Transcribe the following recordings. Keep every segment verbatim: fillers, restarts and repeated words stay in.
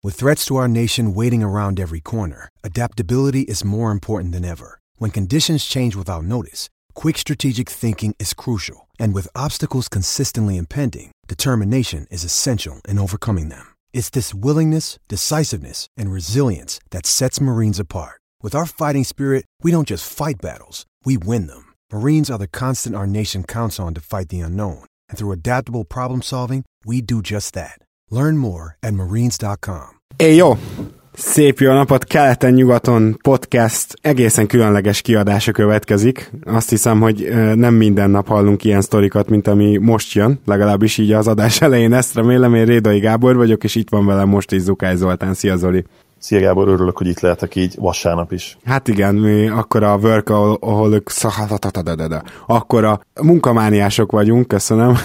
With threats to our nation waiting around every corner, adaptability is more important than ever. When conditions change without notice, quick strategic thinking is crucial. And with obstacles consistently impending, determination is essential in overcoming them. It's this willingness, decisiveness, and resilience that sets Marines apart. With our fighting spirit, we don't just fight battles, we win them. Marines are the constant our nation counts on to fight the unknown. And through adaptable problem solving, we do just that. Learn more at marines dot com. Éj jó! Szép jó napot, Keleten-nyugaton podcast egészen különleges kiadása következik. Azt hiszem, hogy nem minden nap hallunk ilyen sztorikat, mint ami most jön, legalábbis így az adás elején. Ezt remélem, én Rédai Gábor vagyok, és itt van velem most is Zukály Zoltán. Szia Zoli! Szia Gábor, örülök, hogy itt lehetek így vasárnap is. Hát igen, mi akkor a workaholic, akkor a munkamániások vagyunk, köszönöm,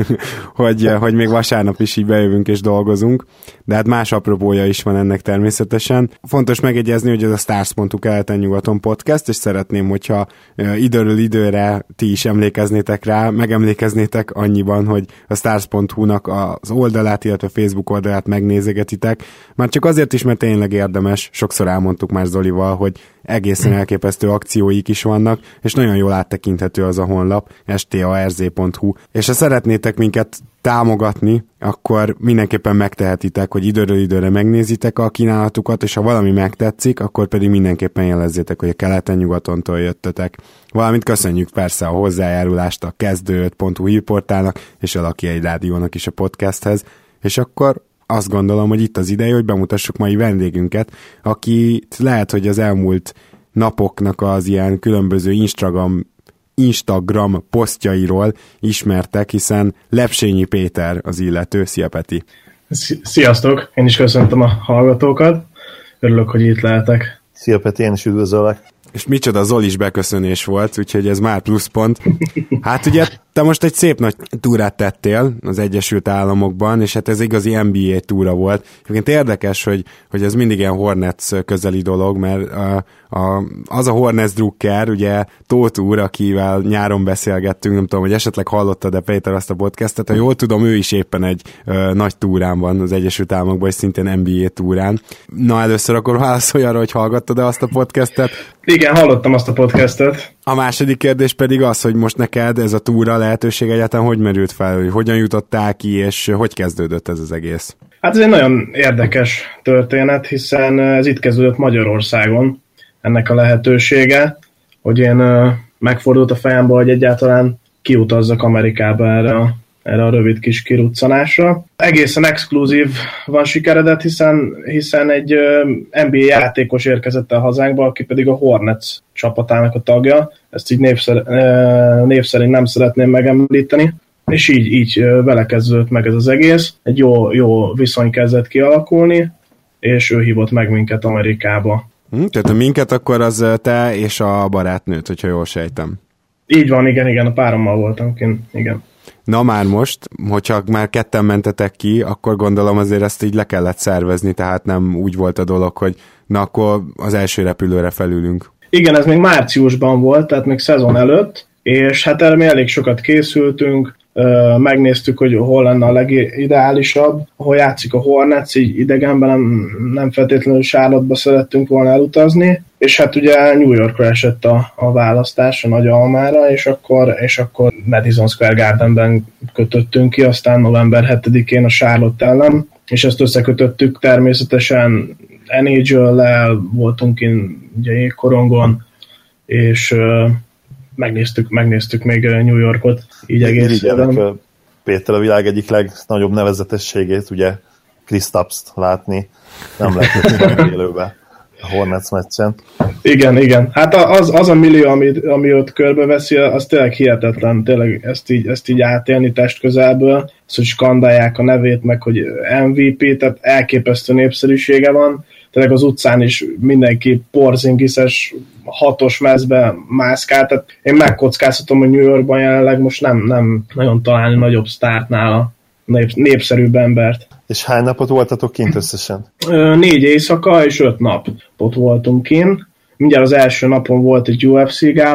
hogy, hogy még vasárnap is így bejövünk és dolgozunk, de hát más apropója is van ennek természetesen. Fontos megjegyezni, hogy ez a Stars pont hu Keleten-nyugaton podcast, és szeretném, hogyha időről időre ti is emlékeznétek rá, megemlékeznétek annyiban, hogy a Stars pont hu-nak az oldalát, illetve Facebook oldalát megnézegetitek, már csak azért is, mert tényleg érdemes, sokszor elmondtuk már Zolival, hogy egészen elképesztő akcióik is vannak, és nagyon jól áttekinthető az a honlap, starz pont hu, és ha szeretnétek minket támogatni, akkor mindenképpen megtehetitek, hogy időről időre megnézitek a kínálatukat, és ha valami megtetszik, akkor pedig mindenképpen jelezzétek, hogy a Keleten-nyugatontól jöttetek. Valamint köszönjük persze a hozzájárulást a kezdő öt pont hu hírportálnak, és a Laki egy rádiónak is a podcasthez, és akkor azt gondolom, hogy itt az ideje, hogy bemutassuk mai vendégünket, aki lehet, hogy az elmúlt napoknak az ilyen különböző Instagram, Instagram posztjairól ismertek, hiszen Lepsényi Péter az illető. Szia Peti! Sziasztok! Én is köszöntöm a hallgatókat. Örülök, hogy itt lehetek. Szia Peti, én is üdvözöllek. És micsoda Zolis beköszönés volt, úgyhogy ez már pluszpont. Hát ugye te most egy szép nagy túrát tettél az Egyesült Államokban, és hát ez igazi en bé á túra volt. Egyébként érdekes, hogy, hogy ez mindig ilyen Hornets közeli dolog, mert a, a, az a Hornets drukker, ugye Tóth úr, akivel nyáron beszélgettünk, nem tudom, hogy esetleg hallottad de Péter azt a podcastet, ha jól tudom, ő is éppen egy ö, nagy túrán van az Egyesült Államokban, és szintén en bé á túrán. Na először akkor válaszolj arra, hogy hallgattad-e azt a podcastet? Igen, hallottam azt a podcastet. A második kérdés pedig az, hogy most neked ez a túra lehetőség egyáltalán hogy merült fel, hogy hogyan jutottál ki, és hogy kezdődött ez az egész? Hát ez egy nagyon érdekes történet, hiszen ez itt kezdődött Magyarországon, ennek a lehetősége, hogy én megfordult a fejembe, hogy egyáltalán kiutazzak Amerikába erre a, erre a rövid kis kiruccanásra. Egészen exkluzív van sikeredett, hiszen, hiszen egy en bé á játékos érkezett el hazánkba, aki pedig a Hornets csapatának a tagja. Ezt így név, szer, név szerint nem szeretném megemlíteni. És így, így vele kezdődött meg ez az egész. Egy jó, jó viszony kezdett kialakulni, és ő hívott meg minket Amerikába. Hm, tehát a minket akkor az te és a barátnőt, hogyha jól sejtem. Így van, igen, igen, a párommal voltam kint, igen. Na már most, hogyha már ketten mentetek ki, akkor gondolom azért ezt így le kellett szervezni, tehát nem úgy volt a dolog, hogy na akkor az első repülőre felülünk. Igen, ez még márciusban volt, tehát még szezon előtt, és hát erre mi elég sokat készültünk, megnéztük, hogy hol lenne a legideálisabb, ahol játszik a Hornets, így idegenben nem, nem feltétlenül Charlotte-ba szerettünk volna elutazni, és hát ugye New Yorkra esett a, a választás a Nagy Almára, és akkor, és akkor Madison Square Gardenben kötöttünk ki, aztán november hetedikén a Charlotte ellen, és ezt összekötöttük természetesen en há el-lel, voltunk in ugye korongon, és megnéztük, megnéztük még New Yorkot, így egész. Péter a világ egyik legnagyobb nevezetességét, ugye Kristaps-t látni, nem lehet élőben a Hornets meccsen. Igen, igen. Hát az, az a millió, ami, ami ott körbeveszi, az tényleg hihetetlen, tényleg ezt így, ezt így átélni test közelből, az, hogy skandálják a nevét, meg hogy em vé pé, tehát elképesztő népszerűsége van. Tényleg az utcán is mindenki Porzingises hatos mezbe mászkál, tehát én megkockáztatom, hogy New Yorkban jelenleg most nem, nem nagyon találni nagyobb sztárt nála, nép, népszerűbb embert. És hány napot voltatok kint összesen? Négy éjszaka és öt napot voltunk kint. Mindjárt az első napon volt egy u ef cé gála,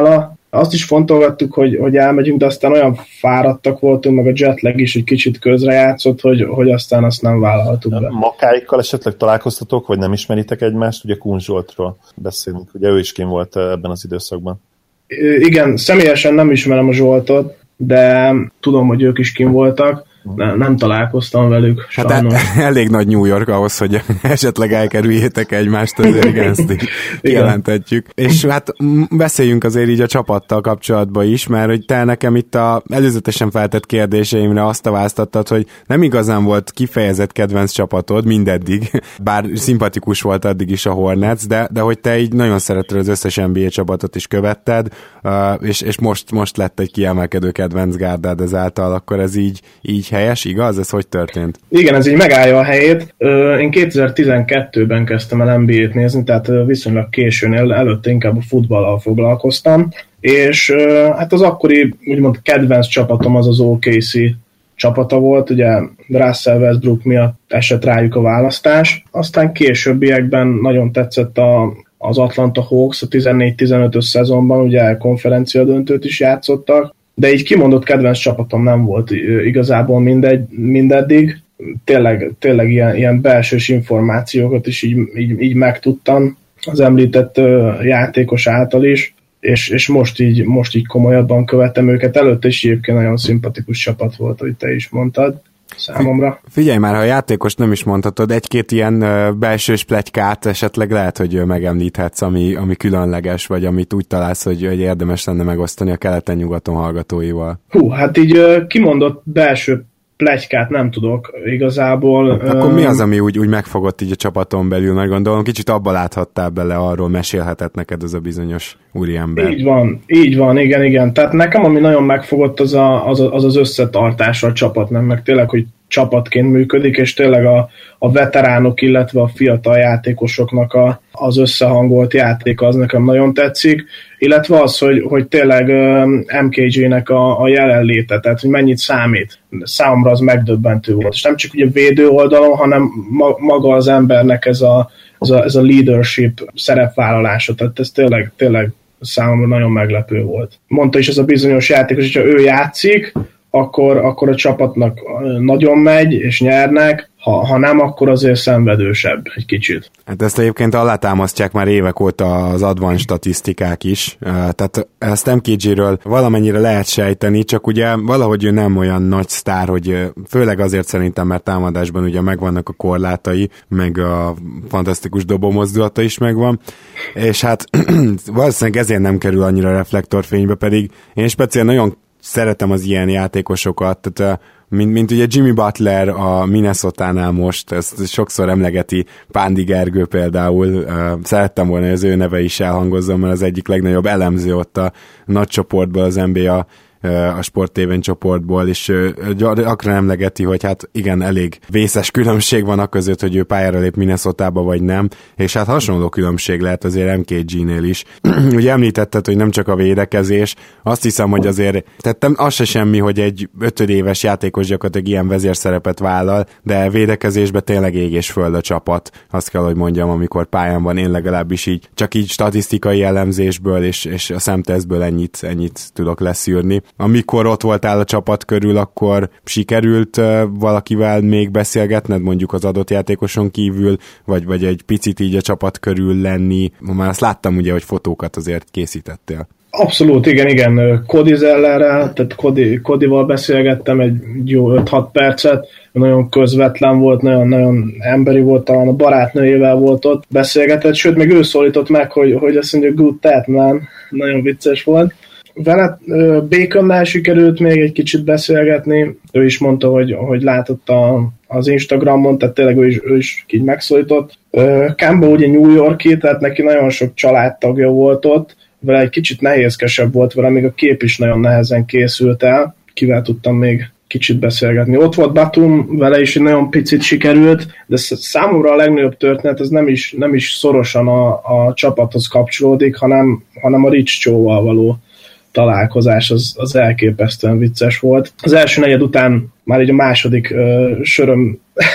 Azt is fontolgattuk, hogy, hogy elmegyünk, de aztán olyan fáradtak voltunk, meg a jetlag is egy kicsit közrejátszott, hogy, hogy aztán azt nem vállaltuk be. Makáikkal esetleg találkoztatok, vagy nem ismeritek egymást? Ugye Kun Zsoltról beszélünk, ugye ő is kint volt ebben az időszakban. Igen, személyesen nem ismerem a Zsoltot, de tudom, hogy ők is kint voltak. Nem, nem találkoztam velük, sajnos. Hát elég nagy New York ahhoz, hogy esetleg elkerüljétek egymást, azért igen, ezt kijelentetjük. És hát beszéljünk azért így a csapattal kapcsolatban is, mert hogy te nekem itt a előzetesen feltett kérdéseimre azt taváztattad, hogy nem igazán volt kifejezett kedvenc csapatod mindeddig, bár szimpatikus volt addig is a Hornets, de, de hogy te így nagyon szeretted az összes en bé á csapatot is követted, és, és most, most lett egy kiemelkedő kedvenc gárdád ezáltal, akkor ez így, így helyes, igaz? Ez hogy történt? Igen, ez így megállja a helyét. Én kétezer-tizenkettőben kezdtem el en bé á-t nézni, tehát viszonylag későn, előtte inkább a futballal foglalkoztam, és hát az akkori úgymond kedvenc csapatom az az o ká cé csapata volt, ugye Russell Westbrook miatt esett rájuk a választás, aztán későbbiekben nagyon tetszett a, az Atlanta Hawks a tizennégy tizenötös szezonban, ugye konferencia döntőt is játszottak, de így kimondott kedvenc csapatom nem volt igazából mindegy, mindeddig. Tényleg, tényleg ilyen, ilyen belsős információkat is így, így, így megtudtam az említett uh, játékos által is, és, és most, így, most így komolyabban követem őket. Előtte is egyébként nagyon szimpatikus csapat volt, ahogy te is mondtad számomra. Figyelj már, ha a játékos nem is mondhatod, egy-két ilyen uh, belsős pletykát esetleg lehet, hogy megemlíthetsz, ami, ami különleges, vagy amit úgy találsz, hogy, hogy érdemes lenne megosztani a keleten-nyugaton hallgatóival. Hú, hát így uh, kimondott belső pletykát nem tudok igazából. Akkor mi az, ami úgy, úgy megfogott így a csapaton belül, meg gondolom, kicsit abba láthattál bele, arról mesélhetett neked ez a bizonyos úriember. Így van, így van, igen, igen. Tehát nekem, ami nagyon megfogott, az a, az, az, az összetartása a csapatnak, meg tényleg, hogy csapatként működik, és tényleg a, a veteránok, illetve a fiatal játékosoknak a, az összehangolt játék az nekem nagyon tetszik, illetve az, hogy, hogy tényleg em ká jé-nek a, a jelenléte, tehát hogy mennyit számít. Számomra az megdöbbentő volt. És nem csak ugye védő oldalon, hanem ma, maga az embernek ez a, ez a, ez a leadership szerepvállalása, tehát ez tényleg, tényleg számomra nagyon meglepő volt. Mondta is ez a bizonyos játékos, hogyha ő játszik, akkor, akkor a csapatnak nagyon megy, és nyernek, ha, ha nem, akkor azért szenvedősebb egy kicsit. Hát ezt egyébként alátámasztják már évek óta az advanced statisztikák is, tehát ezt em ká jé-ről valamennyire lehet sejteni, csak ugye valahogy ő nem olyan nagy sztár, hogy főleg azért szerintem, mert támadásban ugye megvannak a korlátai, meg a fantasztikus dobómozdulata is megvan, és hát valószínűleg ezért nem kerül annyira reflektorfénybe, pedig én speciál nagyon szeretem az ilyen játékosokat, tehát mint, mint ugye Jimmy Butler a Minnesotánál most, ezt sokszor emlegeti Pándi Gergő például, szerettem volna, hogy az ő neve is elhangozzon, mert az egyik legnagyobb elemző ott a nagy csoportból, az en bé á a Sport té vén csoportból, és gyakran emlegeti, hogy hát igen, elég vészes különbség van a között, hogy ő pályára lép Minnesotába vagy nem, és hát hasonló különbség lehet azért em ká jé-nél is. Ugye említetted, hogy nem csak a védekezés, azt hiszem, hogy azért tettem az se semmi, hogy egy ötödéves játékos gyakorlatilag ilyen vezérszerepet vállal, de védekezésben tényleg ég és föld a csapat, azt kell, hogy mondjam, amikor pályán van, én legalábbis így, csak így statisztikai elemzésből és, és a szemtesztből ennyit, ennyit tudok leszűrni. Amikor ott voltál a csapat körül, akkor sikerült uh, valakivel még beszélgetned, mondjuk az adott játékoson kívül, vagy, vagy egy picit így a csapat körül lenni? Már azt láttam ugye, hogy fotókat azért készítettél. Abszolút, igen, igen. Cody Zellerrel, tehát Cody, Codyval beszélgettem egy jó öt-hat percet, nagyon közvetlen volt, nagyon-nagyon emberi volt, talán a barátnőjével volt ott, beszélgetett, sőt, még ő szólított meg, hogy, hogy azt mondja, good that, man. Nagyon vicces volt. Vele Baconnál sikerült még egy kicsit beszélgetni, ő is mondta, hogy, hogy látott a, az Instagramon, tehát tényleg ő is, ő is így megszólított. Kemba ugye New York-i, tehát neki nagyon sok családtagja volt ott, vele egy kicsit nehézkesebb volt vele, még a kép is nagyon nehezen készült el, kivel tudtam még kicsit beszélgetni. Ott volt Batum, vele is nagyon picit sikerült, de számomra a legnagyobb történet az nem is, nem is szorosan a, a csapathoz kapcsolódik, hanem, hanem a Rich Chow-val való találkozás, az, az elképesztően vicces volt. Az első negyed után, már így a második uh, söröm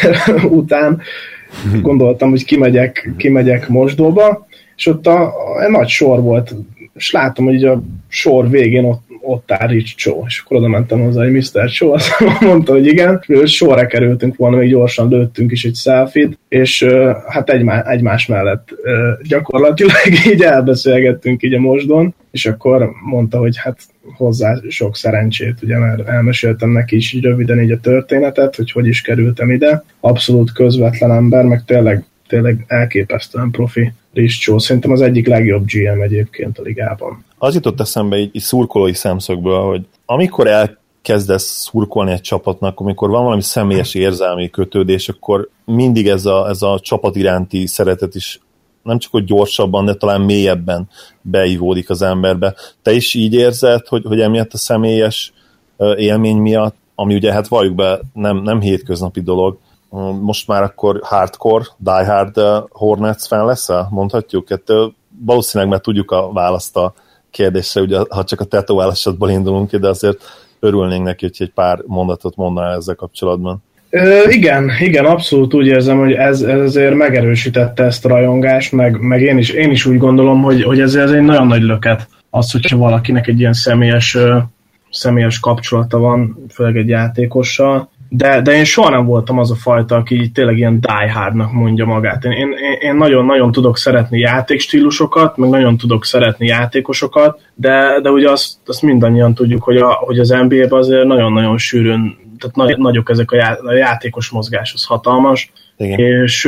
után gondoltam, hogy kimegyek, kimegyek mosdóba, és ott a, a nagy sor volt és látom, hogy így a sor végén ott, ott áll Rich Cho, és akkor oda mentem hozzá, hogy miszter Cho, azt mondta, hogy igen, sorra kerültünk volna, még gyorsan lőttünk is egy selfie-t, és hát egymás, egymás mellett gyakorlatilag így elbeszélgettünk így a mosdon, és akkor mondta, hogy hát hozzá sok szerencsét, ugye, mert elmeséltem neki is így röviden így a történetet, hogy hogy is kerültem ide. Abszolút közvetlen ember, meg tényleg, tényleg elképesztően profi Rich Cho. Szerintem az egyik legjobb gé em egyébként a ligában. Az jutott eszembe így, így szurkolói szemszögből, hogy amikor elkezdesz szurkolni egy csapatnak, amikor van valami személyes érzelmi kötődés, akkor mindig ez a, ez a csapat iránti szeretet is nem csak hogy gyorsabban, de talán mélyebben beivódik az emberbe. Te is így érzed, hogy, hogy emiatt a személyes élmény miatt, ami ugye hát valljuk be nem, nem hétköznapi dolog, most már akkor hardcore, diehard Hornets fan leszel, mondhatjuk? Hát, valószínűleg már tudjuk a választ a kérdésre, ugye, ha csak a tetoválásodból indulunk ki, de azért örülnénk neki, hogy egy pár mondatot mondanál ezzel kapcsolatban. Ö, igen, igen, abszolút úgy érzem, hogy ez, ez azért megerősítette ezt a rajongást, meg, meg én, is, én is úgy gondolom, hogy, hogy ez, ez egy nagyon nagy löket az, hogyha valakinek egy ilyen személyes, személyes kapcsolata van, főleg egy játékossal, de, de én soha nem voltam az a fajta, aki tényleg ilyen diehardnak mondja magát. Én, én, én nagyon-nagyon tudok szeretni játékstílusokat, meg nagyon tudok szeretni játékosokat, de, de ugye azt, azt mindannyian tudjuk, hogy, a, hogy az en bé á-ben azért nagyon-nagyon sűrűn, tehát nagy, nagyok ezek a, já, a játékos mozgás, az hatalmas. Igen. És,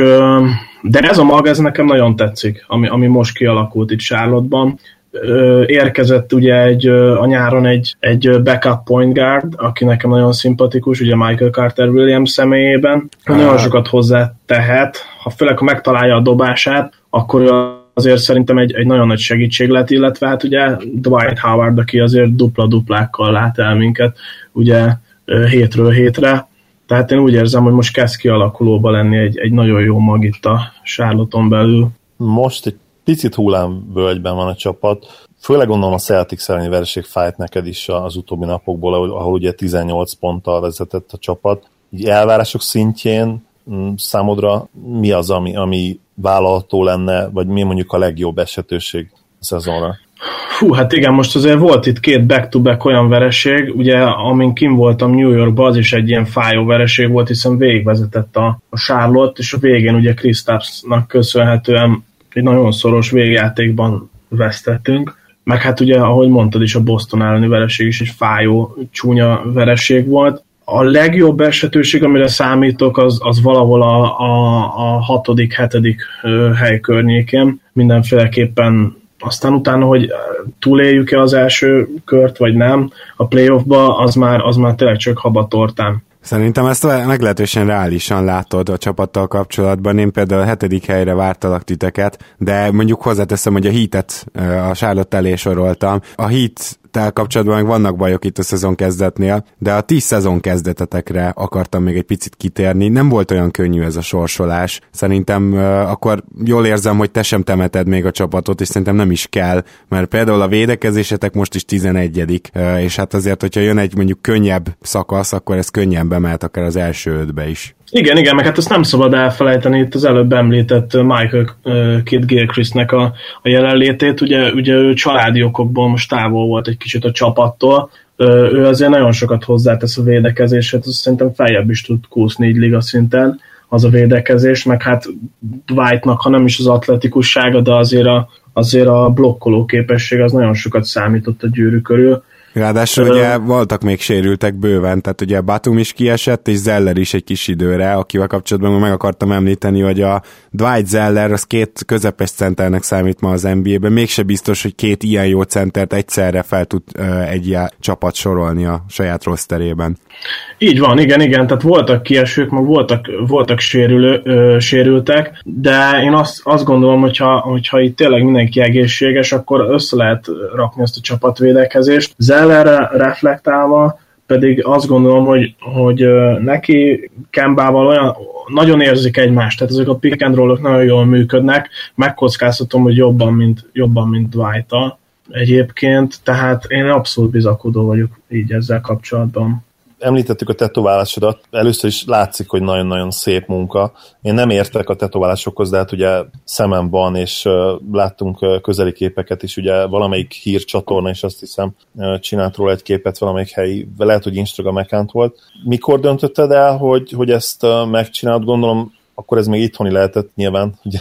de ez a mag, ez nekem nagyon tetszik, ami, ami most kialakult itt Charlotte-ban. Érkezett ugye egy, a nyáron egy, egy backup point guard, aki nekem nagyon szimpatikus, ugye Michael Carter Williams személyében. Ah. Nagyon sokat hozzá tehet, ha főleg ha megtalálja a dobását, akkor azért szerintem egy, egy nagyon nagy segítség lett, illetve hát ugye Dwight Howard, aki azért dupla-duplákkal lát el minket, ugye hétről hétre. Tehát én úgy érzem, hogy most kezd kialakulóba lenni egy, egy nagyon jó mag itt a Charlotte-on belül. Most egy picit hullámvölgyben van a csapat, főleg gondolom a Celtics elleni vereség fájt neked is az utóbbi napokból, ahol, ahol ugye tizennyolc ponttal vezetett a csapat. Így elvárások szintjén számodra mi az, ami, ami vállalható lenne, vagy mi mondjuk a legjobb esetőség a szezonra? Hú, hát igen, most azért volt itt két back-to-back olyan vereség, ugye amin kim voltam New Yorkban, az is egy ilyen fájó vereség volt, hiszen végigvezetett a, a Charlotte, és a végén ugye Kristapsnak köszönhetően egy nagyon szoros végjátékban vesztettünk, meg hát ugye, ahogy mondtad is, a Boston elleni vereség is egy fájó, csúnya vereség volt. A legjobb esetőség, amire számítok, az, az valahol a, a, a hatodik, hetedik hely környékén. Mindenféleképpen aztán utána, hogy túléljük-e az első kört, vagy nem, a playoffba, az már, az már tényleg csak habatortán. Szerintem ezt meglehetősen reálisan látod a csapattal kapcsolatban. Én például a hetedik helyre vártalak titeket, de mondjuk hozzáteszem, hogy a Heatet a Charlotte elé soroltam. A Heat-tel kapcsolatban meg vannak bajok itt a szezon kezdetnél, de a tíz szezon kezdetetekre akartam még egy picit kitérni. Nem volt olyan könnyű ez a sorsolás. Szerintem uh, akkor jól érzem, hogy te sem temeted még a csapatot, és szerintem nem is kell, mert például a védekezésetek most is tizenegyedik, uh, és hát azért, hogyha jön egy mondjuk könnyebb szakasz, akkor ez könnyen bemehet akár az első ötbe is. Igen, igen, meg hát azt nem szabad elfelejteni itt az előbb említett Michael uh, Kidd-Gilchristnek a, a jelenlétét, ugye, ugye ő családi okokból most távol volt egy kicsit a csapattól, uh, ő azért nagyon sokat hozzátesz a védekezéshez, azt szerintem feljebb is tud kúszni így liga szinten az a védekezés, meg hát Dwightnak, ha nem is az atletikussága, de azért a, azért a blokkoló képesség az nagyon sokat számított a gyűrű körül. Ráadásul uh, ugye voltak még sérültek bőven, tehát ugye Batum is kiesett, és Zeller is egy kis időre, akivel kapcsolatban meg akartam említeni, hogy a Dwight Zeller az két közepes centernek számít ma az en bé á-ben, mégse biztos, hogy két ilyen jó centert egyszerre fel tud uh, egy ilyen csapat sorolni a saját rosterében. Így van, igen, igen, tehát voltak kiesők, meg voltak, voltak sérülő, ö, sérültek, de én azt, azt gondolom, hogyha, hogyha itt tényleg mindenki egészséges, akkor össze lehet rakni ezt a csapatvédekezést. Zellerre reflektálva pedig azt gondolom, hogy, hogy neki Kembával olyan nagyon érzik egymást, tehát ezek a pick and roll-ok nagyon jól működnek, megkockáztatom, hogy jobban, mint, jobban, mint Dwight-tal egyébként, tehát én abszolút bizakodó vagyok így ezzel kapcsolatban. említettük a tetoválásodat, először is látszik, hogy nagyon-nagyon szép munka. Én nem értek a tetoválásokhoz, de hát ugye szemem van, és uh, láttunk uh, közeli képeket is, ugye valamelyik hírcsatorna, és azt hiszem uh, csinált róla egy képet valamelyik helyi, lehet, hogy Instagram account volt. Mikor döntötted el, hogy, hogy ezt uh, megcsinálod? Gondolom, akkor ez még itthoni lehetett nyilván, ugye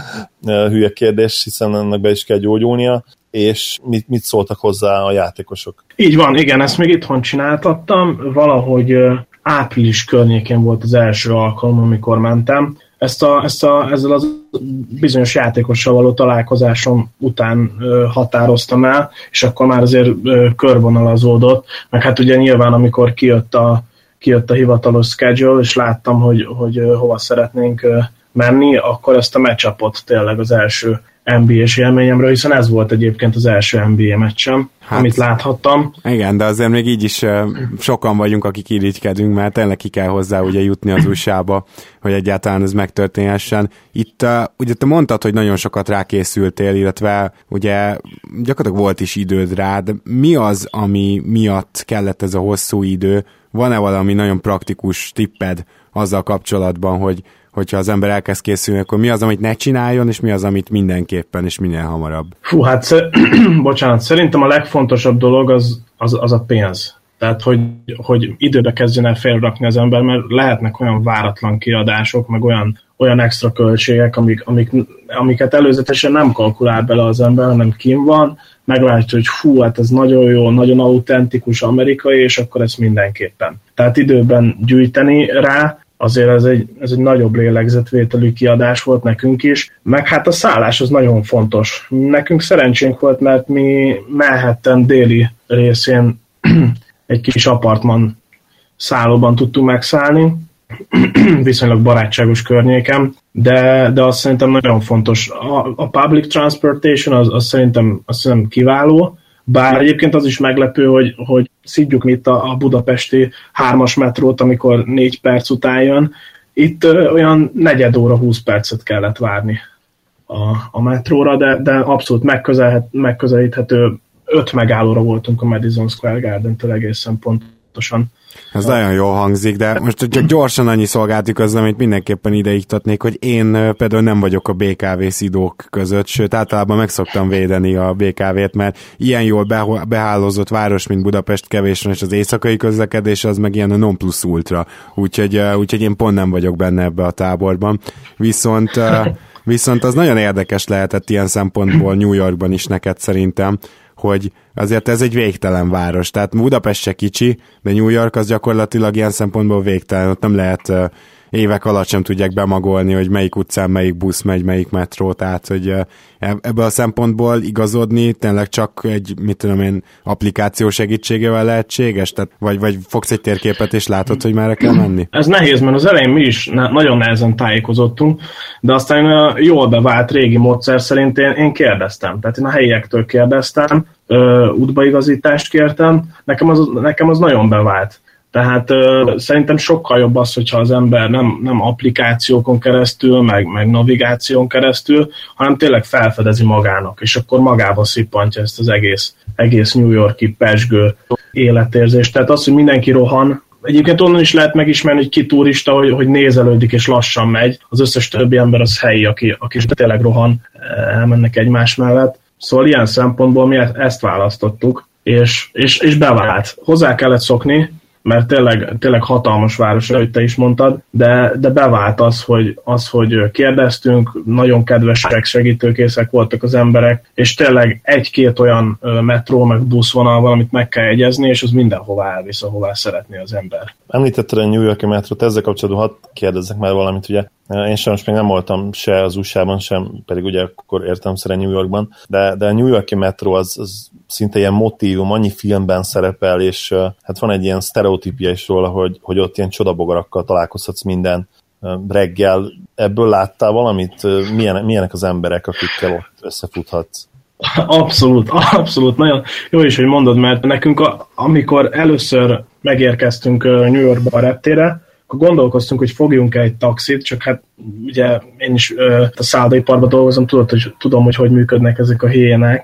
hülye kérdés, hiszen ennek be is kell gyógyulnia, és mit, mit szóltak hozzá a játékosok? Így van, igen, ezt még itthon csináltattam, valahogy április környékén volt az első alkalom, amikor mentem. Ezt a, ezt a, ezzel az bizonyos játékossal való találkozásom után ö, határoztam el, és akkor már azért ö, körvonalazódott, meg hát ugye nyilván, amikor kijött a kijött a hivatalos schedule, és láttam, hogy, hogy hova szeretnénk menni, akkor ezt a matchupot tényleg az első en bé á-s élményemről, hiszen ez volt egyébként az első en bé á meccsem, hát, amit láthattam. Igen, de azért még így is uh, sokan vagyunk, akik irigykedünk, mert tényleg ki kell hozzá ugye jutni az u es á-ba, hogy egyáltalán ez megtörténhessen. Itt uh, ugye te mondtad, hogy nagyon sokat rákészültél, illetve ugye gyakorlatilag volt is időd rá, de mi az, ami miatt kellett ez a hosszú idő? Van-e valami nagyon praktikus tipped azzal kapcsolatban, hogy hogyha az ember elkezd készülni, akkor mi az, amit ne csináljon, és mi az, amit mindenképpen, és minél hamarabb? Fú, hát sz- bocsánat, szerintem a legfontosabb dolog az, az, az a pénz. Tehát, hogy, hogy időbe kezdjen el félrakni az ember, mert lehetnek olyan váratlan kiadások, meg olyan, olyan extra költségek, amik, amik, amiket előzetesen nem kalkulál bele az ember, hanem kim van, meglátja, hogy hú, hát ez nagyon jó, nagyon autentikus amerikai, és akkor ezt mindenképpen. Tehát időben gyűjteni rá, azért ez egy, ez egy nagyobb lélegzetvételű kiadás volt nekünk is, meg hát a szállás az nagyon fontos. Nekünk szerencsénk volt, mert mi Manhattan déli részén egy kis apartman szállóban tudtunk megszállni, viszonylag barátságos környéken, de, de azt szerintem nagyon fontos. A, a public transportation az, az szerintem, azt szerintem kiváló, bár egyébként az is meglepő, hogy, hogy szidjuk itt a, a budapesti hármas metrót, amikor négy perc után jön. Itt ö, olyan negyed óra, húsz percet kellett várni a, a metróra, de, de abszolút megközelíthető. Öt megállóra voltunk a Madison Square Garden-től egészen pontosan. Ez a... nagyon jól hangzik, de most csak gyorsan annyi szolgálti közleményt mindenképpen ide iktatnék, hogy én például nem vagyok a bé ká vé szidók között, sőt általában meg szoktam védeni a bé ká vét, mert ilyen jól behálózott város, mint Budapest kevés van, és az éjszakai közlekedés az meg ilyen a non plus ultra, úgyhogy, úgyhogy én pont nem vagyok benne ebbe a táborban. Viszont, viszont az nagyon érdekes lehetett ilyen szempontból New Yorkban is neked szerintem, hogy azért ez egy végtelen város, tehát Budapest se kicsi, de New York az gyakorlatilag ilyen szempontból végtelen, ott nem lehet uh, évek alatt sem tudják bemagolni, hogy melyik utcán melyik busz megy, melyik metró, tehát hogy uh, ebből a szempontból igazodni tényleg csak egy, mit tudom én, applikáció segítségével lehetséges, tehát vagy, vagy fogsz egy térképet és látod, hogy merre kell menni? Ez nehéz, mert az elején mi is nagyon nehezen tájékozottunk, de aztán a jól bevált régi módszer szerint én, én kérdeztem, tehát én a helyiektől kérdeztem, ö, útbaigazítást kértem, nekem az, nekem az nagyon bevált. Tehát ö, szerintem sokkal jobb az, hogyha az ember nem, nem applikációkon keresztül, meg, meg navigáción keresztül, hanem tényleg felfedezi magának, és akkor magába szippantja ezt az egész, egész New York-i pezsgő életérzést. Tehát az, hogy mindenki rohan, egyébként onnan is lehet megismerni, hogy ki turista, hogy, hogy nézelődik és lassan megy. Az összes többi ember az helyi, aki, aki tényleg rohan, elmennek egymás mellett. Szóval ilyen szempontból mi ezt választottuk, és, és, és bevált. Hozzá kellett szokni, mert tényleg, tényleg hatalmas város, ahogy te is mondtad, de, de bevált az hogy, az, hogy kérdeztünk, nagyon kedvesek, segítőkészek voltak az emberek, és tényleg egy-két olyan metró, meg buszvonal van, amit meg kell jegyezni, és az mindenhová elvisz, ahová szeretné az ember. Említetted a New York-i metrót, ezzel kapcsolatban hadd kérdezzek már valamit, ugye én sajnos még nem voltam se az u es á-ban, sem, pedig ugye akkor értelemszerűen New Yorkban, de, de a New York-i metró az, az szinte ilyen motívum, annyi filmben szerepel, és uh, hát van egy ilyen sztereotípia is róla, hogy, hogy ott ilyen csodabogarakkal találkozhatsz minden uh, reggel. Ebből láttál valamit? Uh, milyen, milyenek az emberek, akikkel ott összefuthatsz? Abszolút, abszolút. Nagyon jó is, hogy mondod, mert nekünk, a, amikor először megérkeztünk New Yorkba a reptére, akkor gondolkoztunk, hogy fogjunk egy taxit, csak hát ugye én is ö, a szállodaiparban dolgozom, tudod, hogy, tudom, hogy hogy működnek ezek a hiénák,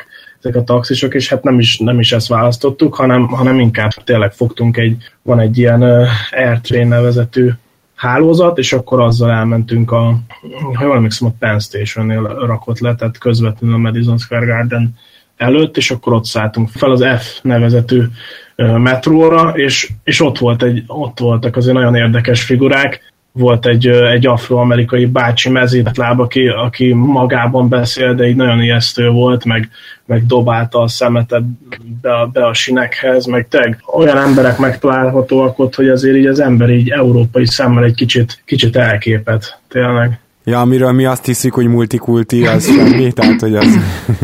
ezek a taxisok, és hát nem is, nem is ezt választottuk, hanem, hanem inkább tényleg fogtunk egy, van egy ilyen uh, AirTrain nevezetű hálózat, és akkor azzal elmentünk a, ha jól emlékszem, a Penn Station-nél rakott le, tehát közvetlenül a Madison Square Garden előtt, és akkor ott szálltunk fel az F nevezetű uh, metróra, és, és ott, volt egy, ott voltak azért nagyon érdekes figurák. Volt egy, egy afroamerikai bácsi mezítláb, aki, aki magában beszél, de így nagyon ijesztő volt, meg, meg dobálta a szemetet be a, be a sinekhez, meg teg olyan emberek megtalálhatóak ott, hogy azért így az ember így európai szemmel egy kicsit, kicsit elképet, tényleg. Ja, amiről mi azt hiszük, hogy multikulti, az semmi, tehát hogy az...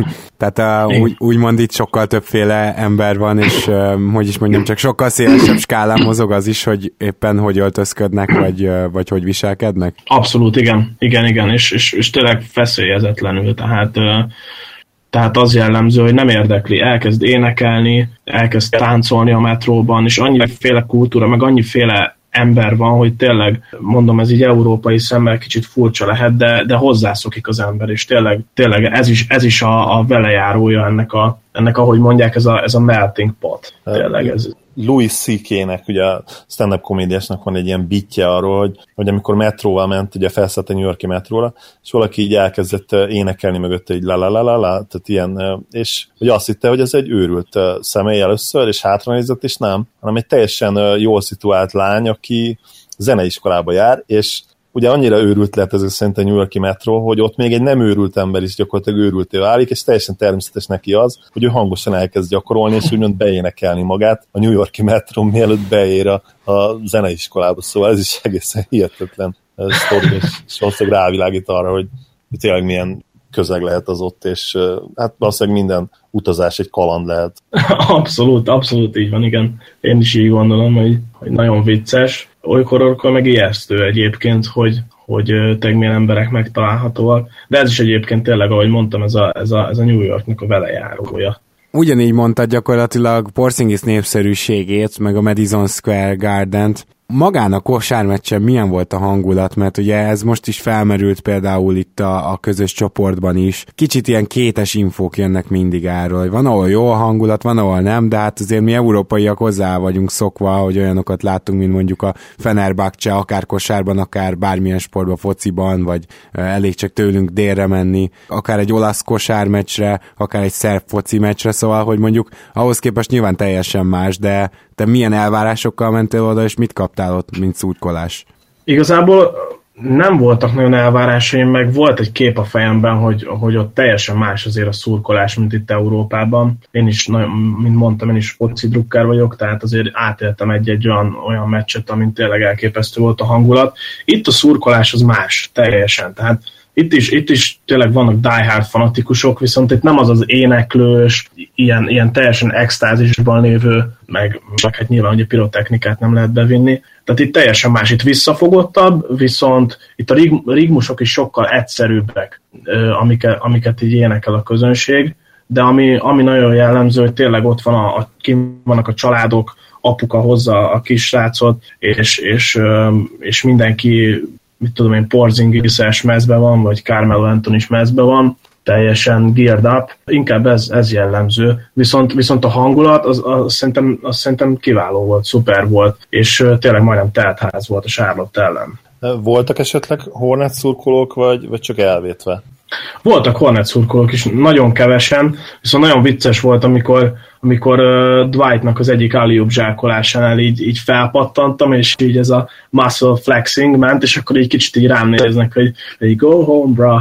Tehát uh, úgy, úgymond itt sokkal többféle ember van, és uh, hogy is mondjam, csak sokkal szélesebb skálán mozog az is, hogy éppen hogy öltözködnek, vagy, uh, vagy hogy viselkednek? Abszolút, igen, igen, igen, és, és, és tényleg feszélyezetlenül, tehát, uh, tehát az jellemző, hogy nem érdekli, elkezd énekelni, elkezd táncolni a metróban, és annyiféle kultúra, meg annyiféle ember van, hogy tényleg, mondom, ez így európai szemmel kicsit furcsa lehet, de, de hozzászokik az ember, és tényleg, tényleg ez is, ez is a, a velejárója ennek, a, ennek, ahogy mondják, ez a, ez a melting pot. Tényleg ez... Louis C K-nek, ugye a stand-up komédiásnak van egy ilyen bitje arról, hogy, hogy amikor metróval ment, ugye felszállt a New York-i metróra, és valaki így elkezdett énekelni mögötte, így la la la la la, tehát ilyen, és ugye azt hitte, hogy ez egy őrült személy először, és hátranézett, és nem, hanem egy teljesen jól szituált lány, aki zeneiskolába jár, és ugye annyira őrült lett ez szerint a New York-i metró, hogy ott még egy nem őrült ember is gyakorlatilag őrülté válik, és teljesen természetes neki az, hogy ő hangosan elkezd gyakorolni, és úgymond beénekelni magát a New York-i metró, mielőtt beér a, a zeneiskolába. Szóval ez is egészen hihetetlen sztori, és, és valószínűleg rávilágít arra, hogy tényleg milyen közeg lehet az ott, és hát valószínűleg minden utazás egy kaland lehet. Abszolút, abszolút így van, igen. Én is így gondolom, hogy, hogy nagyon vicces. Olykor-olykor meg ijesztő egyébként, hogy, hogy tényleg milyen emberek megtalálhatóak. De ez is egyébként tényleg, ahogy mondtam, ez a, ez a, ez a New Yorknak a velejárója. Ugyanígy mondtad gyakorlatilag Porzingis népszerűségét, meg a Madison Square Gardent. Magán a kosármeccsen milyen volt a hangulat, mert ugye ez most is felmerült például itt a, a közös csoportban is. Kicsit ilyen kétes infók jönnek mindig erről, hogy van ahol jó a hangulat, van ahol nem, de hát azért mi európaiak hozzá vagyunk szokva, hogy olyanokat láttunk, mint mondjuk a Fenerbahce, akár kosárban, akár bármilyen sportban, fociban, vagy elég csak tőlünk délre menni, akár egy olasz kosármeccsre, akár egy szerb foci meccsre, szóval, hogy mondjuk ahhoz képest nyilván teljesen más, de te milyen elvárásokkal mentél oda, és mit kaptál ott, mint szurkolás? Igazából nem voltak nagyon elvárásaim, meg volt egy kép a fejemben, hogy, hogy ott teljesen más azért a szurkolás, mint itt Európában. Én is, nagyon, mint mondtam, én is foci drukker vagyok, tehát azért átéltem egy-egy olyan, olyan meccset, amin tényleg elképesztő volt a hangulat. Itt a szurkolás az más, teljesen, tehát Itt is, itt is tényleg vannak diehard fanatikusok, viszont itt nem az az éneklős, ilyen, ilyen teljesen extázisban lévő, meg, meg hát nyilván, hogy a pirotechnikát nem lehet bevinni. Tehát itt teljesen más, itt visszafogottabb, viszont itt a rigmusok is sokkal egyszerűbbek, amiket, amiket így énekel a közönség, de ami, ami nagyon jellemző, hogy tényleg ott van a, a, kim vannak a családok, apuka hozza a kisrácot, és, és, és mindenki, mit tudom én, Porzingis-es mezben van, vagy Carmelo Anthony is mezben van, teljesen geared up, inkább ez, ez jellemző. Viszont, viszont a hangulat, az, az, szerintem, az szerintem kiváló volt, szuper volt, és tényleg majdnem teltház volt a Charlotte ellen. Voltak esetleg Hornets szurkolók, vagy, vagy csak elvétve? Voltak Hornets szurkolók is, nagyon kevesen, viszont nagyon vicces volt, amikor, amikor uh, Dwightnak az egyik alley-oop zsákolásánál így, így felpattantam, és így ez a muscle flexing ment, és akkor így kicsit így rám néznek, hogy, hogy go home, bra.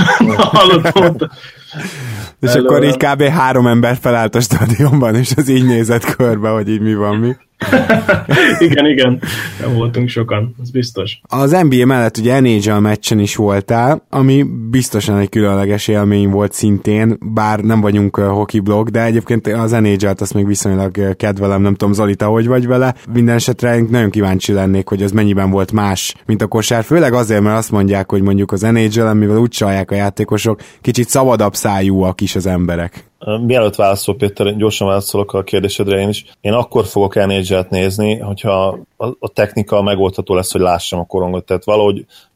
Hallottam. És előre. Akkor így kb. három ember felállt a stadionban, és az így nézett körbe, hogy így mi van mi. igen, igen, nem voltunk sokan, az biztos. Az en bé á mellett ugye en há el meccsen is voltál, ami biztosan egy különleges élmény volt szintén, bár nem vagyunk hockey blog, de egyébként az en há el-t azt még viszonylag kedvelem, nem tudom, Zoli, te hogy vagy vele. Minden esetre nagyon kíváncsi lennék, hogy az mennyiben volt más, mint a kosár, főleg azért, mert azt mondják, hogy mondjuk az en há el-en, mivel úgy csalják a játékosok, kicsit szabadabb szájúak is az emberek. Mielőtt válaszol, Péter, gyorsan válaszolok a kérdésedre én is. Én akkor fogok en há el-t nézni, hogyha a, a technika megoldható lesz, hogy lássam a korongot. Tehát valahogy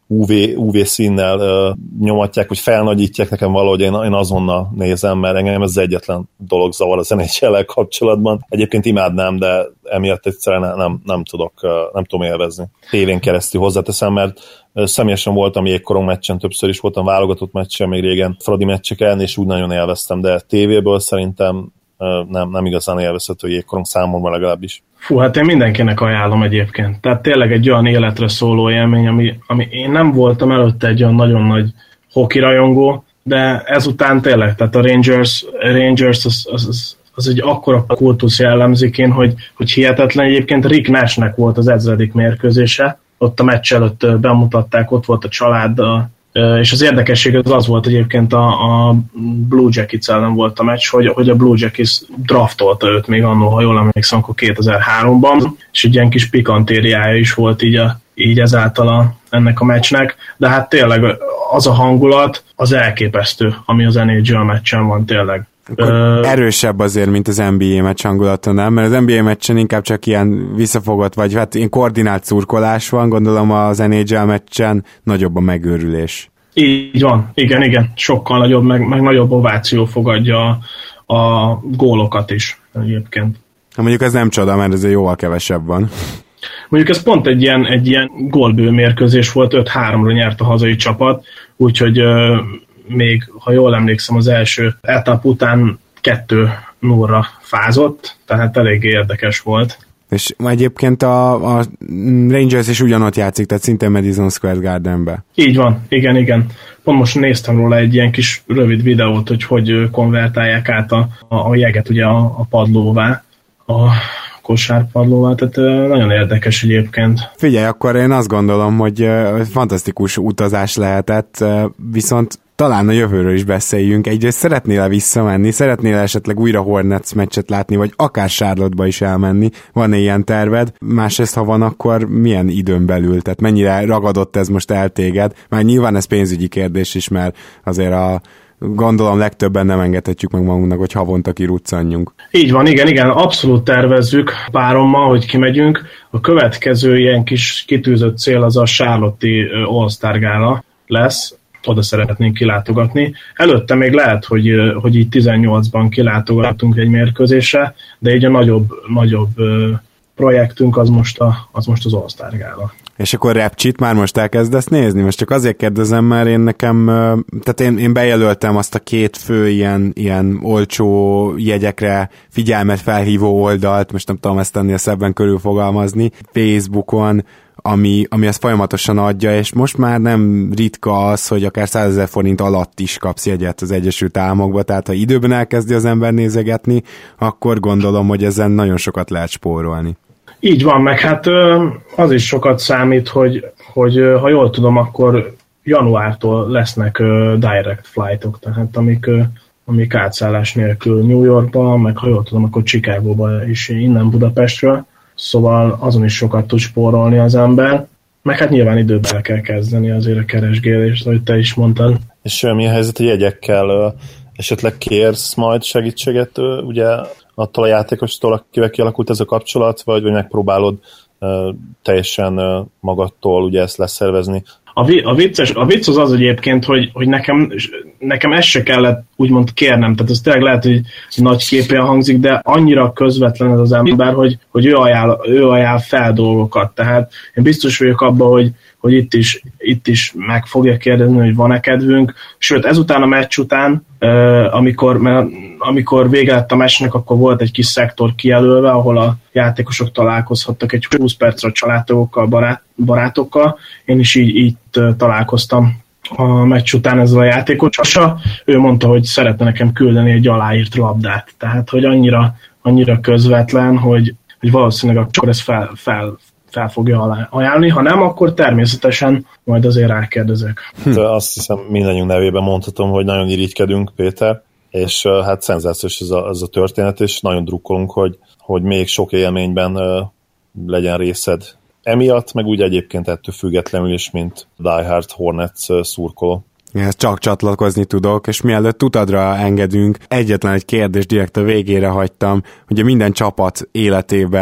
ú vé, ú vé színnel uh, nyomatják, vagy felnagyítják, nekem valahogy én, én azonnal nézem, mert engem ez egyetlen dolog zavar az en há el-el kapcsolatban. Egyébként imádnám, de emiatt egyszerűen nem, nem tudok, uh, nem tudom élvezni. Tévén keresztül hozzáteszem, mert uh, személyesen voltam jégkorong meccsen, többször is voltam válogatott meccsen, még régen fradi meccseken, és úgy nagyon élveztem, de tévéből szerintem Nem, nem igazán élvezhető jégkorong számomra legalábbis. Fú, hát én mindenkinek ajánlom egyébként. Tehát tényleg egy olyan életre szóló élmény, ami, ami én nem voltam előtte egy olyan nagyon nagy hoki rajongó, de ezután tényleg, tehát a Rangers, Rangers az, az, az, az egy akkora kultusz jellemzik én, hogy, hogy hihetetlen. Egyébként Rick Nashnek volt az ezredik mérkőzése, ott a meccs előtt bemutatták, ott volt a családdal, és az érdekesség az az volt egyébként a, a Blue Jackets ellen volt a meccs, hogy, hogy a Blue Jackets draftolta őt még annól, ha jól emlékszem, akkor kétezer-háromban, és egy ilyen kis pikantériája is volt így, a, így ezáltal a, ennek a meccsnek, de hát tényleg az a hangulat, az elképesztő, ami az en há el meccsen van tényleg. Uh, erősebb azért, mint az en bé á meccs hangulata, nem? Mert az en bé á meccsen inkább csak ilyen visszafogott, vagy hát ilyen koordinált szurkolás van, gondolom az en há el meccsen nagyobb a megőrülés. Így van, igen, igen, sokkal nagyobb, meg, meg nagyobb ováció fogadja a, a gólokat is egyébként. Ha mondjuk ez nem csoda, mert ez jóval kevesebb van. Mondjuk ez pont egy ilyen, egy ilyen gólbő mérkőzés volt, öt háromra nyert a hazai csapat, úgyhogy uh, még, ha jól emlékszem, az első etap után kettő nullra fázott, tehát elég érdekes volt. És egyébként a, a Rangers is ugyanott játszik, tehát szintén Madison Square Gardenbe. Így van, igen, igen. Pont most néztem róla egy ilyen kis rövid videót, hogy hogy konvertálják át a, a, a jeget ugye a, a padlóvá, a kosárpadlóvá, tehát nagyon érdekes egyébként. Figyelj, akkor én azt gondolom, hogy fantasztikus utazás lehetett, viszont talán a jövőről is beszéljünk. Egyrészt szeretnél-e visszamenni, szeretnél esetleg újra Hornets meccset látni, vagy akár Charlotte-ba is elmenni? Van-e ilyen terved? Másrészt, ha van, akkor milyen időn belül? Tehát mennyire ragadott ez most el téged? Már nyilván ez pénzügyi kérdés is, mert azért a gondolom legtöbben nem engedhetjük meg magunknak, hogy havonta kiruccanjunk. Így van, igen, igen, abszolút tervezzük párommal, hogy kimegyünk. A következő ilyen kis kitűzött cél az a Charlotte-i All-Star gála lesz, oda szeretnénk kilátogatni. Előtte még lehet, hogy, hogy így tizennyolcban kilátogatunk egy mérkőzésre, de így a nagyobb, nagyobb projektünk az most, a, az, most az All-Star gála. És akkor Repcsit már most elkezdesz nézni? Most csak azért kérdezem, mert én nekem, tehát én, én bejelöltem azt a két fő ilyen, ilyen olcsó jegyekre figyelmet felhívó oldalt, most nem tudom ezt ennél szebben körülfogalmazni, Facebookon, ami, ami ezt folyamatosan adja, és most már nem ritka az, hogy akár százezer forint alatt is kapsz jegyet az Egyesült Államokba, tehát ha időben elkezdi az ember nézegetni, akkor gondolom, hogy ezen nagyon sokat lehet spórolni. Így van, meg hát az is sokat számít, hogy, hogy ha jól tudom, akkor januártól lesznek direct flightok, tehát amik, amik átszállás nélkül New Yorkba, meg ha jól tudom, akkor Chicagóba is innen Budapestről, szóval azon is sokat tud spórolni az ember, meg hát nyilván időben el kell kezdeni azért a keresgélést, ahogy te is mondtad. És mi a helyzet a jegyekkel? Esetleg kérsz majd segítséget ugye attól a játékostól, akivel kialakult ez a kapcsolat, vagy, vagy megpróbálod uh, teljesen uh, magadtól ugye ezt leszervezni? A, vi- a, vicces, a vicc az az egyébként, hogy, hogy nekem, nekem ezt se kellett úgymond kérnem, tehát ez tényleg lehet, hogy nagy képén hangzik, de annyira közvetlen ez az ember, hogy, hogy ő, ajánl, ő ajánl fel dolgokat, tehát én biztos vagyok abban, hogy, hogy itt, is, itt is meg fogja kérdezni, hogy van-e kedvünk, sőt ezután a meccs után, amikor, mert amikor vége lett a meccsnek, akkor volt egy kis szektor kijelölve, ahol a játékosok találkozhattak egy húsz percre a családtagokkal, barát, barátokkal. Én is így, így találkoztam a meccs után ezzel a játékossal. Ő mondta, hogy szeretne nekem küldeni egy aláírt labdát. Tehát, hogy annyira, annyira közvetlen, hogy, hogy valószínűleg akkor ezt fel, fel, fel fogja ajánlani. Ha nem, akkor természetesen majd azért rákérdezek. Hm. Azt hiszem mindannyiunk nevében mondhatom, hogy nagyon irigykedünk, Péter, és hát szenzációs ez a, ez a történet, és nagyon drukkolunk, hogy, hogy még sok élményben uh, legyen részed emiatt, meg úgy egyébként ettől függetlenül is, mint Die Hard Hornets uh, szurkoló. Ezt csak csatlakozni tudok, és mielőtt utadra engedünk, egyetlen egy kérdés direkt a végére hagytam, ugye minden csapat életében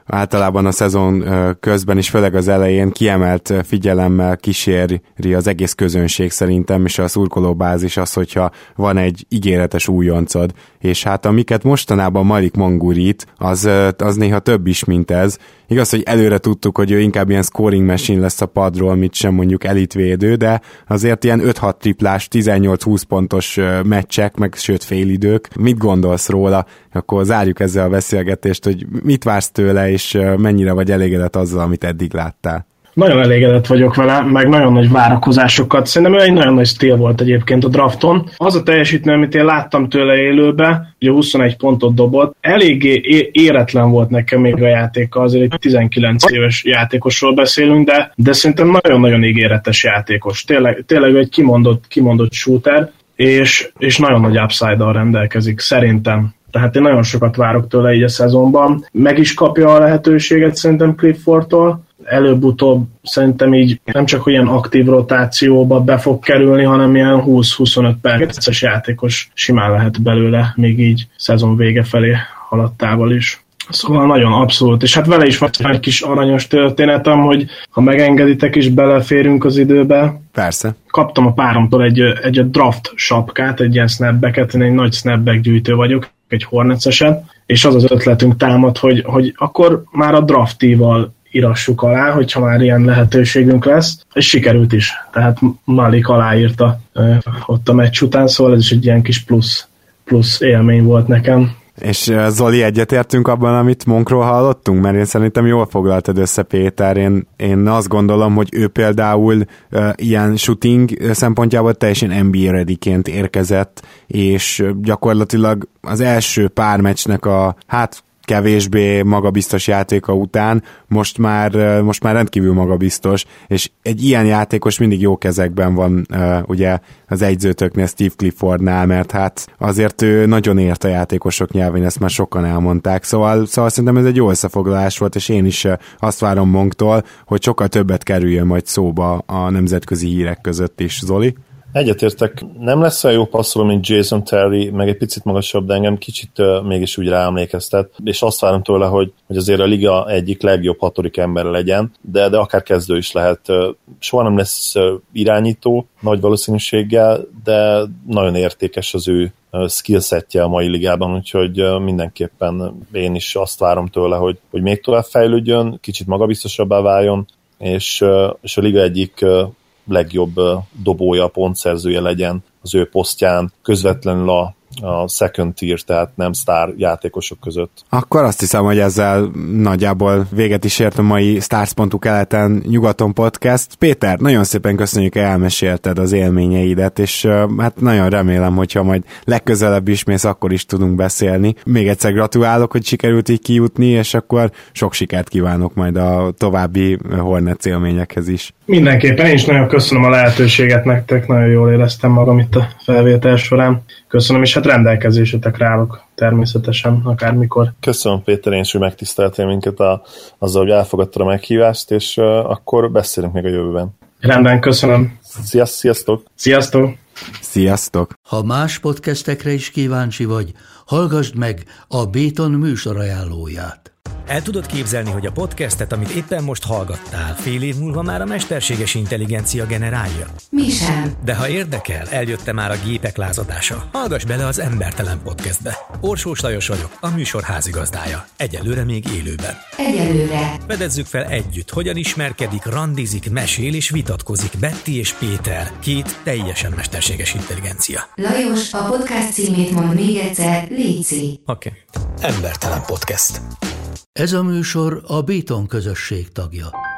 általában a szezon közben is, főleg az elején kiemelt figyelemmel kíséri az egész közönség szerintem, és a szurkolóbázis az, hogyha van egy ígéretes újoncod, és hát amiket mostanában Malik Monk gurít, az, az néha több is, mint ez. Igaz, hogy előre tudtuk, hogy ő inkább ilyen scoring machine lesz a padról, mit sem mondjuk elitvédő, de azért ilyen öt-hat triplás, tizennyolc-húsz pontos meccsek, meg sőt félidők. Mit gondolsz róla? Akkor zárjuk ezzel a beszélgetést, hogy mit vársz tőle, és mennyire vagy elégedett azzal, amit eddig láttál? Nagyon elégedett vagyok vele, meg nagyon nagy várakozásokat. Szerintem ő egy nagyon nagy stíl volt egyébként a drafton. Az a teljesítmény, amit én láttam tőle élőbe, ugye huszonegy pontot dobott, eléggé éretlen volt nekem még a játéka, azért egy tizenkilenc éves játékosról beszélünk, de, de szerintem nagyon-nagyon ígéretes játékos. Tényleg, tényleg egy kimondott, kimondott shooter, és, és nagyon nagy upside-dal rendelkezik, szerintem. Tehát én nagyon sokat várok tőle így a szezonban. Meg is kapja a lehetőséget szerintem Cliffordtól. Előbb-utóbb szerintem így nem csak olyan aktív rotációba be fog kerülni, hanem ilyen húsz-huszonöt perces játékos simán lehet belőle, még így szezon vége felé haladtával is. Szóval nagyon abszolút, és hát vele is van egy kis aranyos történetem, hogy ha megengeditek is beleférünk az időbe. Persze. Kaptam a páromtól egy, egy draft sapkát, egy ilyen snapbacket, én egy nagy snapback gyűjtő vagyok, egy Hornets-eset, és az az ötletünk támad, hogy, hogy akkor már a draftíval írassuk alá, hogyha már ilyen lehetőségünk lesz, és sikerült is. Tehát Malik aláírta uh, ott a meccs után, szóval ez is egy ilyen kis plusz, plusz élmény volt nekem. És Zoli, egyetértünk abban, amit Monkról hallottunk? Mert én szerintem jól foglaltad össze, Péter. Én, én azt gondolom, hogy ő például uh, ilyen shooting szempontjából teljesen en bé á readyként érkezett, és gyakorlatilag az első pár meccsnek a, hát kevésbé magabiztos játéka után most már, most már rendkívül magabiztos, és egy ilyen játékos mindig jó kezekben van ugye az egyzőtöknél, Steve Cliffordnál, mert hát azért ő nagyon ért a játékosok nyelvén, ezt már sokan elmondták, szóval, szóval szerintem ez egy jó összefoglalás volt, és én is azt várom Monktól, hogy sokkal többet kerüljön majd szóba a nemzetközi hírek között is. Zoli? Egyetértek, nem lesz olyan jó passzoló, mint Jason Terry, meg egy picit magasabb, de engem kicsit uh, mégis úgy ráemlékeztet, és azt várom tőle, hogy, hogy azért a liga egyik legjobb hatodik ember legyen, de, de akár kezdő is lehet. Uh, soha nem lesz uh, irányító, nagy valószínűséggel, de nagyon értékes az ő uh, skillsetje a mai ligában, úgyhogy uh, mindenképpen én is azt várom tőle, hogy, hogy még tovább fejlődjön, kicsit magabiztosabbá váljon, és, uh, és a liga egyik uh, legjobb dobója, pontszerzője legyen az ő posztján, közvetlenül a, a second tier, tehát nem sztár játékosok között. Akkor azt hiszem, hogy ezzel nagyjából véget is ért a mai Stars pont hu keleten nyugaton podcast. Péter, nagyon szépen köszönjük, hogy elmesélted az élményeidet, és hát nagyon remélem, hogyha majd legközelebb is mész, akkor is tudunk beszélni. Még egyszer gratulálok, hogy sikerült így kijutni, és akkor sok sikert kívánok majd a további Hornets élményekhez is. Mindenképpen én is nagyon köszönöm a lehetőséget nektek, nagyon jól éreztem magam itt a felvétel során. Köszönöm, és hát rendelkezésetekre állok természetesen, akármikor. Köszönöm, Péter, én is, hogy megtiszteltél minket a, azzal, hogy elfogadtad a meghívást, és uh, akkor beszélünk még a jövőben. Rendben, köszönöm. Sziaszt, sziasztok! Sziasztok! Sziasztok! Ha más podcastekre is kíváncsi vagy, hallgassd meg a Béton műsor ajánlóját. El tudod képzelni, hogy a podcastet, amit éppen most hallgattál, fél év múlva már a mesterséges intelligencia generálja? Mi sem. De ha érdekel, eljött már a gépek lázadása. Hallgass bele az Embertelen Podcastbe. Orsós Lajos vagyok, a műsor házigazdája. Egyelőre még élőben. Egyelőre. Fedezzük fel együtt, hogyan ismerkedik, randizik, mesél és vitatkozik Betty és Péter, két teljesen mesterséges intelligencia. Lajos, a podcast címét mond még egyszer, léci. Oké. Okay. Embertelen Podcast. Ez a műsor a Béton közösség tagja.